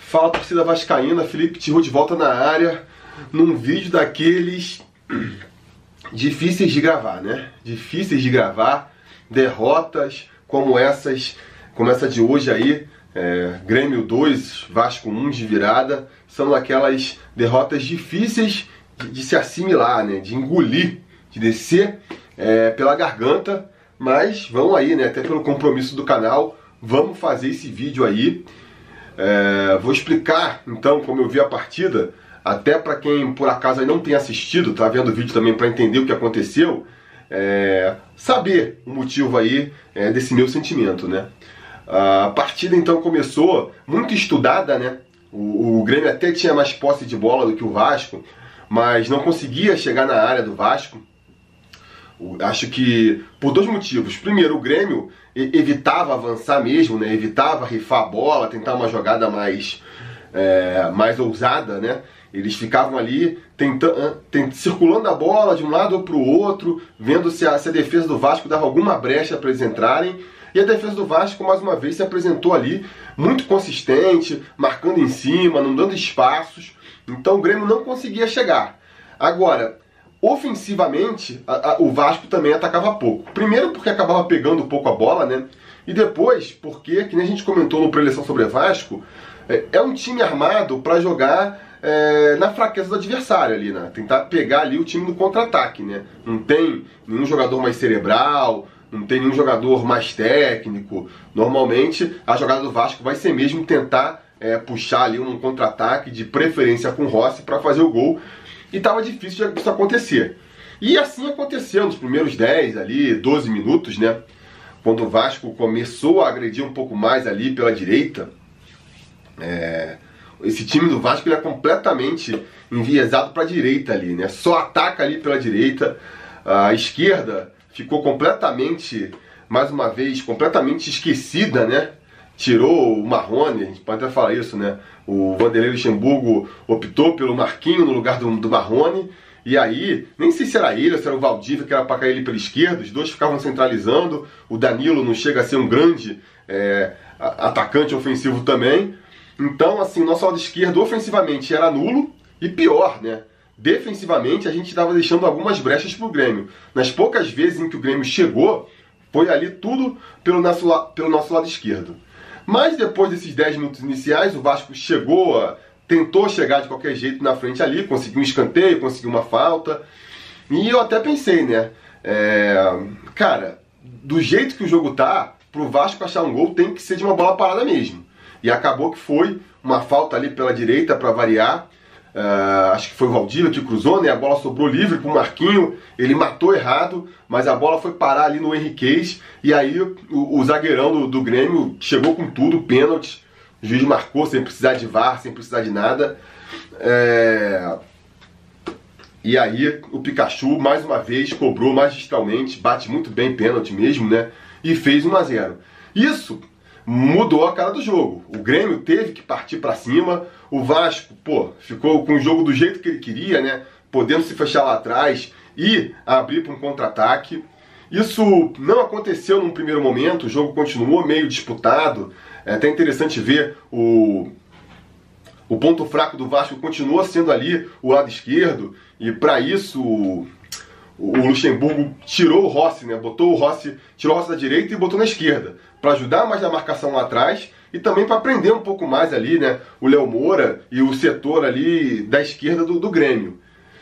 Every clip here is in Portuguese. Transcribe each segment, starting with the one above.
Fala, torcida vascaína, Felipe Tiru de volta na área, num vídeo daqueles difíceis de gravar, né? Difíceis de gravar, derrotas como essa de hoje aí, Grêmio 2, Vasco 1 de virada, são aquelas derrotas difíceis de se assimilar, né? De engolir, de descer pela garganta, mas vamos aí, né? Até pelo compromisso do canal, vamos fazer esse vídeo aí. Vou explicar então como eu vi a partida, até para quem por acaso aí não tem assistido, tá vendo o vídeo também para entender o que aconteceu, saber o motivo aí desse meu sentimento, né? A partida então começou muito estudada, né? O Grêmio até tinha mais posse de bola do que o Vasco, mas não conseguia chegar na área do Vasco. Acho que por dois motivos. Primeiro, o Grêmio evitava avançar mesmo, né? Evitava rifar a bola, tentar uma jogada mais ousada, né? Eles ficavam ali circulando a bola de um lado ou para o outro, vendo se a defesa do Vasco dava alguma brecha para eles entrarem. E a defesa do Vasco, mais uma vez, se apresentou ali muito consistente, marcando em cima, não dando espaços. Então o Grêmio não conseguia chegar. Agora, ofensivamente, o Vasco também atacava pouco. Primeiro porque acabava pegando pouco a bola, né? E depois porque, que nem a gente comentou no pré-eleição sobre o Vasco, é um time armado para jogar na fraqueza do adversário ali, né? Tentar pegar ali o time no contra-ataque, né? Não tem nenhum jogador mais cerebral, não tem nenhum jogador mais técnico. Normalmente a jogada do Vasco vai ser mesmo tentar puxar ali um contra-ataque, de preferência com o Rossi, para fazer o gol. E estava difícil disso acontecer. E assim aconteceu nos primeiros 10 ali, 12 minutos, né? Quando o Vasco começou a agredir um pouco mais ali pela direita. Esse time do Vasco ele é completamente enviesado para a direita ali, né? Só ataca ali pela direita. A esquerda ficou completamente, mais uma vez, completamente esquecida, né? Tirou o Marrone, a gente pode até falar isso, né? O Vanderlei Luxemburgo optou pelo Marquinho no lugar do Marrone. E aí, nem sei se era ele ou se era o Valdívia que era para cair ele pela esquerda. Os dois ficavam centralizando. O Danilo não chega a ser um grande atacante ofensivo também. Então, assim, o nosso lado esquerdo ofensivamente era nulo. E pior, né? Defensivamente a gente estava deixando algumas brechas para o Grêmio. Nas poucas vezes em que o Grêmio chegou, foi ali tudo pelo nosso lado esquerdo. Mas depois desses 10 minutos iniciais, o Vasco tentou chegar de qualquer jeito na frente ali, conseguiu um escanteio, conseguiu uma falta. E eu até pensei, né? Cara, do jeito que o jogo tá, pro Vasco achar um gol tem que ser de uma bola parada mesmo. E acabou que foi uma falta ali pela direita para variar. Acho que foi o Valdívia que cruzou, né? A bola sobrou livre pro Marquinho, ele matou errado, mas a bola foi parar ali no Henriquez, e aí o zagueirão do Grêmio chegou com tudo, pênalti, o juiz marcou sem precisar de VAR, sem precisar de nada. E aí o Pikachu mais uma vez cobrou magistralmente, bate muito bem pênalti mesmo, né? E fez 1-0. Isso mudou a cara do jogo. O Grêmio teve que partir para cima. O Vasco, ficou com o jogo do jeito que ele queria, né? Podendo se fechar lá atrás e abrir para um contra-ataque. Isso não aconteceu num primeiro momento. O jogo continuou meio disputado. É até interessante ver o ponto fraco do Vasco continua sendo ali o lado esquerdo. E para isso o Luxemburgo tirou o Rossi, né? Tirou o Rossi da direita e botou na esquerda, para ajudar mais na marcação lá atrás e também para prender um pouco mais ali, né? O Léo Moura e o setor ali da esquerda do Grêmio.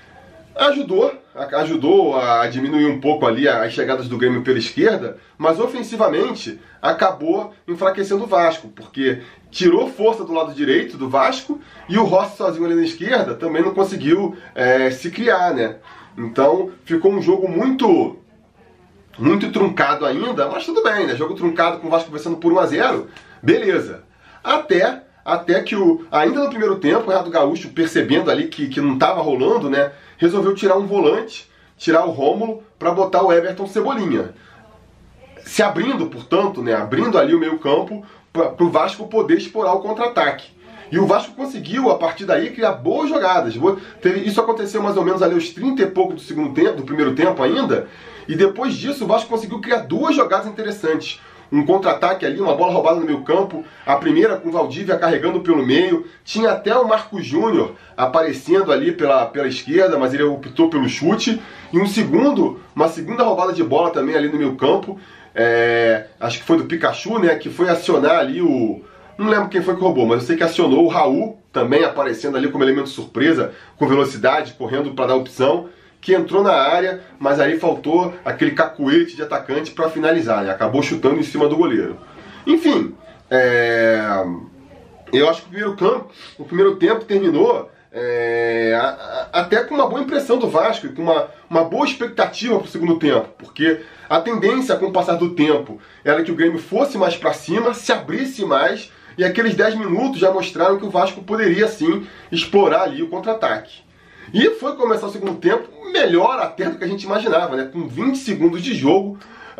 Ajudou a diminuir um pouco ali as chegadas do Grêmio pela esquerda, mas ofensivamente acabou enfraquecendo o Vasco, porque tirou força do lado direito do Vasco e o Rossi sozinho ali na esquerda também não conseguiu se criar, né? Então ficou um jogo muito truncado ainda, mas tudo bem, né? Jogo truncado com o Vasco vencendo por 1-0, beleza. Até que ainda no primeiro tempo, o Renato Gaúcho, percebendo ali que não estava rolando, né? Resolveu tirar um volante, tirar o Rômulo, para botar o Everton Cebolinha. Se abrindo, portanto, né? Abrindo ali o meio campo para o Vasco poder explorar o contra-ataque. E o Vasco conseguiu, a partir daí, criar boas jogadas. Isso aconteceu mais ou menos ali aos 30 e pouco do primeiro tempo ainda. E depois disso, o Vasco conseguiu criar duas jogadas interessantes. um contra-ataque ali, uma bola roubada no meio campo, a primeira com o Valdívia carregando pelo meio, tinha até o Marco Júnior aparecendo ali pela esquerda, mas ele optou pelo chute, e uma segunda roubada de bola também ali no meio campo, acho que foi do Pikachu, né, que foi acionar ali não lembro quem foi que roubou, mas eu sei que acionou o Raul, também aparecendo ali como elemento surpresa, com velocidade, correndo para dar opção, que entrou na área, mas aí faltou aquele cacuete de atacante para finalizar, né? Acabou chutando em cima do goleiro. Enfim, eu acho que o primeiro tempo terminou até com uma boa impressão do Vasco, e com uma boa expectativa para o segundo tempo, porque a tendência com o passar do tempo era que o Grêmio fosse mais para cima, se abrisse mais, e aqueles 10 minutos já mostraram que o Vasco poderia sim explorar ali o contra-ataque. E foi começar o segundo tempo melhor até do que a gente imaginava, né? Com 20 segundos de jogo,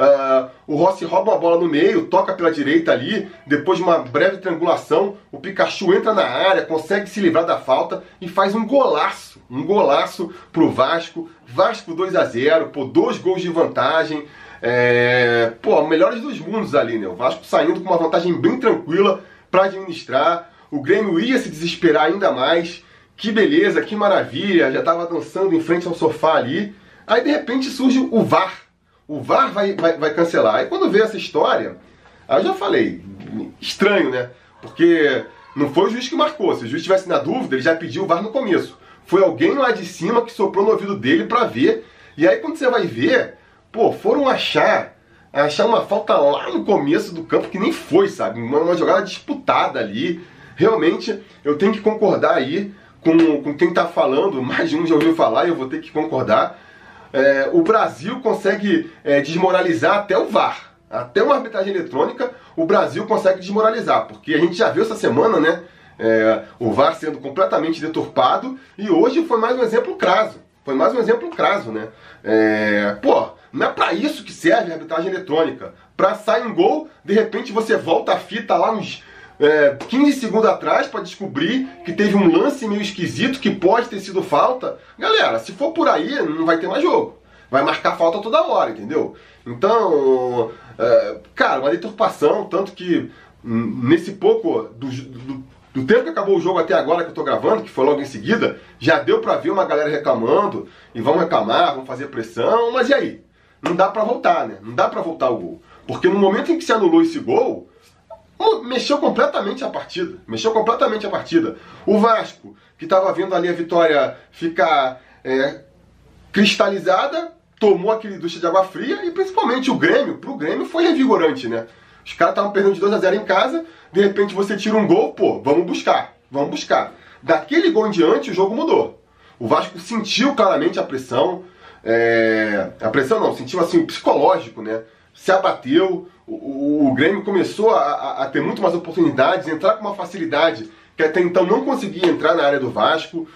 o Rossi rouba uma bola no meio, toca pela direita ali, depois de uma breve triangulação, o Pikachu entra na área, consegue se livrar da falta e faz um golaço pro Vasco. Vasco 2-0, 2 gols de vantagem, melhores dos mundos ali, né? O Vasco saindo com uma vantagem bem tranquila para administrar, o Grêmio ia se desesperar ainda mais. Que beleza, que maravilha, já estava dançando em frente ao sofá ali. Aí de repente surge o VAR. O VAR vai cancelar. Aí quando veio essa história, aí eu já falei, estranho, né? Porque não foi o juiz que marcou. Se o juiz tivesse na dúvida, ele já pediu o VAR no começo. Foi alguém lá de cima que soprou no ouvido dele para ver. E aí quando você vai ver, foram achar uma falta lá no começo do campo que nem foi, sabe? Uma jogada disputada ali. Realmente, eu tenho que concordar aí com quem está falando, mais de um já ouviu falar e eu vou ter que concordar. O Brasil consegue desmoralizar até o VAR. Até uma arbitragem eletrônica, o Brasil consegue desmoralizar. Porque a gente já viu essa semana, né? O VAR sendo completamente deturpado. E hoje foi mais um exemplo crasso. Né? Não é pra isso que serve a arbitragem eletrônica. Pra sair um gol, de repente você volta a fita lá uns 15 segundos atrás para descobrir que teve um lance meio esquisito que pode ter sido falta. Galera, se for por aí, não vai ter mais jogo. Vai marcar falta toda hora, entendeu? Então, cara, uma deturpação, tanto que nesse pouco do tempo que acabou o jogo até agora que eu tô gravando, que foi logo em seguida, já deu pra ver uma galera reclamando, e vão reclamar, vão fazer pressão, mas e aí? Não dá pra voltar, né? Não dá pra voltar o gol. Porque no momento em que se anulou esse gol, mexeu completamente a partida. O Vasco, que estava vendo ali a vitória ficar cristalizada, tomou aquele ducha de água fria, e principalmente o Grêmio, pro Grêmio foi revigorante, né? Os caras estavam perdendo de 2-0 em casa, de repente você tira um gol, vamos buscar. Daquele gol em diante o jogo mudou. O Vasco sentiu claramente a pressão, sentiu assim o psicológico, né? Se abateu, o Grêmio começou a ter muito mais oportunidades, entrar com uma facilidade que até então não conseguia entrar na área do Vasco.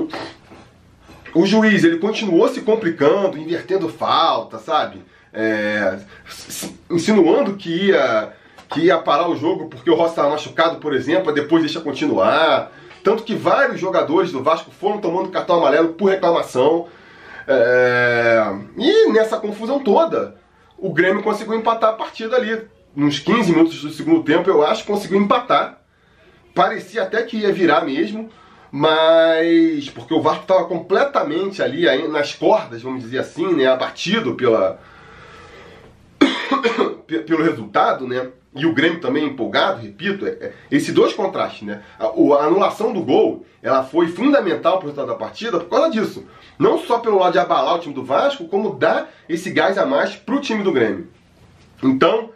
O juiz, ele continuou se complicando, invertendo falta, sabe? Insinuando que ia parar o jogo porque o Rossi estava machucado, por exemplo, depois deixa continuar. Tanto que vários jogadores do Vasco foram tomando cartão amarelo por reclamação. E nessa confusão toda, o Grêmio conseguiu empatar a partida ali. Nos 15 minutos do segundo tempo, eu acho, conseguiu empatar. Parecia até que ia virar mesmo, mas porque o Vasco estava completamente ali nas cordas, vamos dizer assim, né, abatido pelo resultado, né? E o Grêmio também empolgado, repito, esses dois contrastes, né? A anulação do gol, ela foi fundamental para o resultado da partida por causa disso. Não só pelo lado de abalar o time do Vasco, como dar esse gás a mais para o time do Grêmio. Então,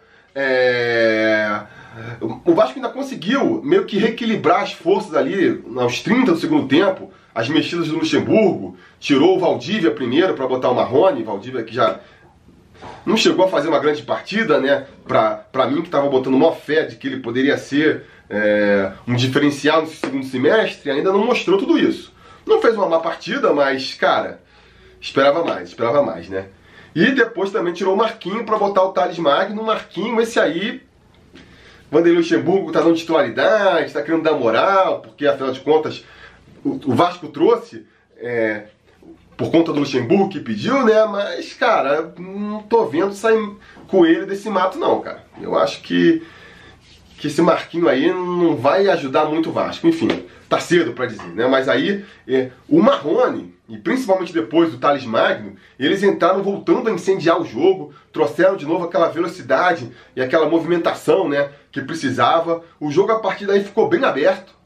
o Vasco ainda conseguiu meio que reequilibrar as forças ali aos 30 do segundo tempo, as mexidas do Luxemburgo, tirou o Valdívia primeiro para botar o Marrone, Valdívia que já não chegou a fazer uma grande partida, né? Pra mim, que estava botando uma fé de que ele poderia ser um diferencial no segundo semestre, ainda não mostrou tudo isso. Não fez uma má partida, mas, cara, esperava mais, né? E depois também tirou o Marquinhos para botar o Thales Magno. O Marquinhos, esse aí, Vanderlei Luxemburgo tá dando titularidade, tá querendo dar moral, porque, afinal de contas, o Vasco trouxe por conta do Luxemburgo que pediu, né? Mas, cara, não tô vendo sair coelho desse mato não, cara. Eu acho que esse Marquinho aí não vai ajudar muito o Vasco. Enfim, tá cedo pra dizer, né? Mas aí, o Marrone, e principalmente depois do Thales Magno, eles entraram voltando a incendiar o jogo, trouxeram de novo aquela velocidade e aquela movimentação, né, que precisava. O jogo a partir daí ficou bem aberto,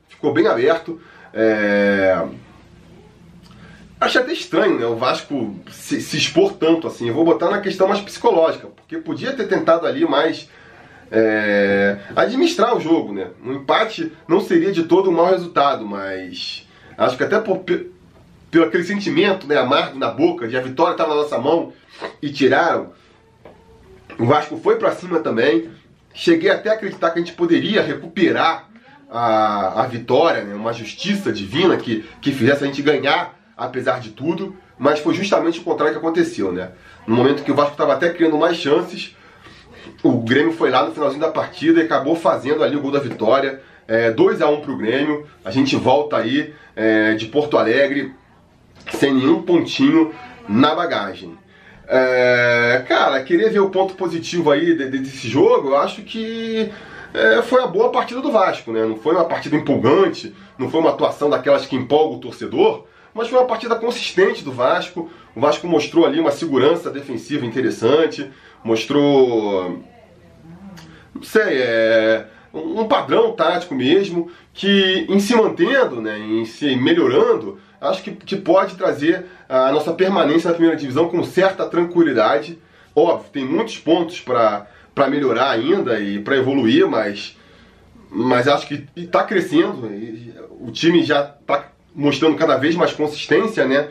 Acho até estranho, né, o Vasco se expor tanto assim. Eu vou botar na questão mais psicológica, porque podia ter tentado ali mais administrar o jogo, né? Um empate não seria de todo um mau resultado, mas acho que até pelo aquele sentimento, né, amargo na boca, de a vitória estava na nossa mão e tiraram, o Vasco foi pra cima também. Cheguei até a acreditar que a gente poderia recuperar a vitória, né, uma justiça divina que fizesse a gente ganhar apesar de tudo, mas foi justamente o contrário que aconteceu, né? No momento que o Vasco estava até criando mais chances, o Grêmio foi lá no finalzinho da partida e acabou fazendo ali o gol da vitória. 2-1 pro Grêmio. A gente volta aí de Porto Alegre sem nenhum pontinho na bagagem. Cara, queria ver o ponto positivo aí desse jogo. Eu acho que foi a boa partida do Vasco, né? Não foi uma partida empolgante, não foi uma atuação daquelas que empolga o torcedor, mas foi uma partida consistente do Vasco. O Vasco mostrou ali uma segurança defensiva interessante, mostrou, não sei, um padrão tático mesmo, que em se mantendo, né, em se melhorando, acho que pode trazer a nossa permanência na primeira divisão com certa tranquilidade. Óbvio, tem muitos pontos para melhorar ainda e para evoluir, mas acho que está crescendo. O time já está mostrando cada vez mais consistência, né?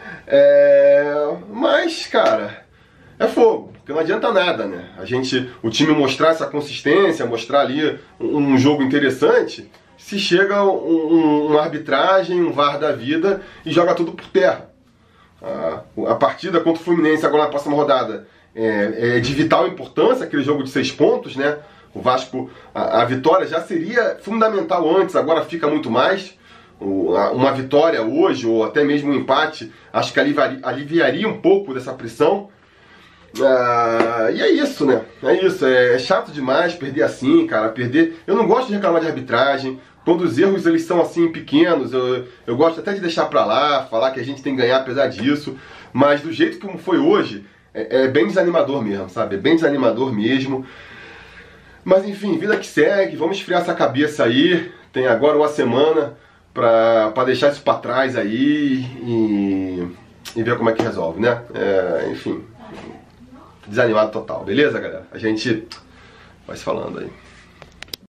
Mas, cara, é fogo, porque não adianta nada, né? O time mostrar essa consistência, mostrar ali um jogo interessante, se chega uma arbitragem, um VAR da vida e joga tudo por terra. A partida contra o Fluminense agora na próxima rodada é de vital importância, aquele jogo de 6 pontos, né? O Vasco, a vitória já seria fundamental antes, agora fica muito mais. Uma vitória hoje, ou até mesmo um empate, acho que aliviaria um pouco dessa pressão. E é isso, né? É chato demais perder assim, cara. Eu não gosto de reclamar de arbitragem. Quando os erros eles são assim pequenos, eu gosto até de deixar pra lá, falar que a gente tem que ganhar apesar disso. Mas do jeito como foi hoje, é bem desanimador mesmo, sabe? É bem desanimador mesmo. Mas enfim, vida que segue, vamos esfriar essa cabeça aí. Tem agora uma semana pra deixar isso pra trás aí e ver como é que resolve, né? Enfim, desanimado total, beleza, galera? A gente vai se falando aí.